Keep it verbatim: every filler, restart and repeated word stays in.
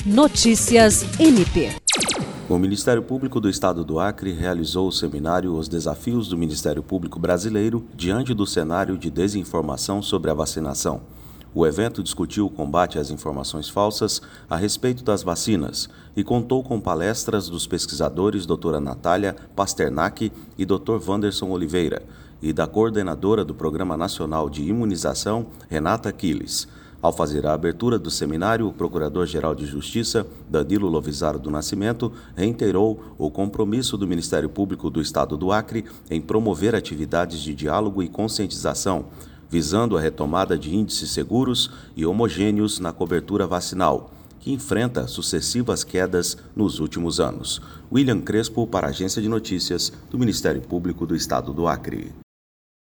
Notícias M P. O Ministério Público do Estado do Acre realizou o seminário Os Desafios do Ministério Público Brasileiro diante do cenário de desinformação sobre a vacinação. O evento discutiu o combate às informações falsas a respeito das vacinas e contou com palestras dos pesquisadores doutora Natália Pasternak e doutor Wanderson Oliveira e da coordenadora do Programa Nacional de Imunização, Renata Quiles. Ao fazer a abertura do seminário, o Procurador-Geral de Justiça, Danilo Lovisaro do Nascimento, reiterou o compromisso do Ministério Público do Estado do Acre em promover atividades de diálogo e conscientização, visando a retomada de índices seguros e homogêneos na cobertura vacinal, que enfrenta sucessivas quedas nos últimos anos. William Crespo, para a Agência de Notícias do Ministério Público do Estado do Acre.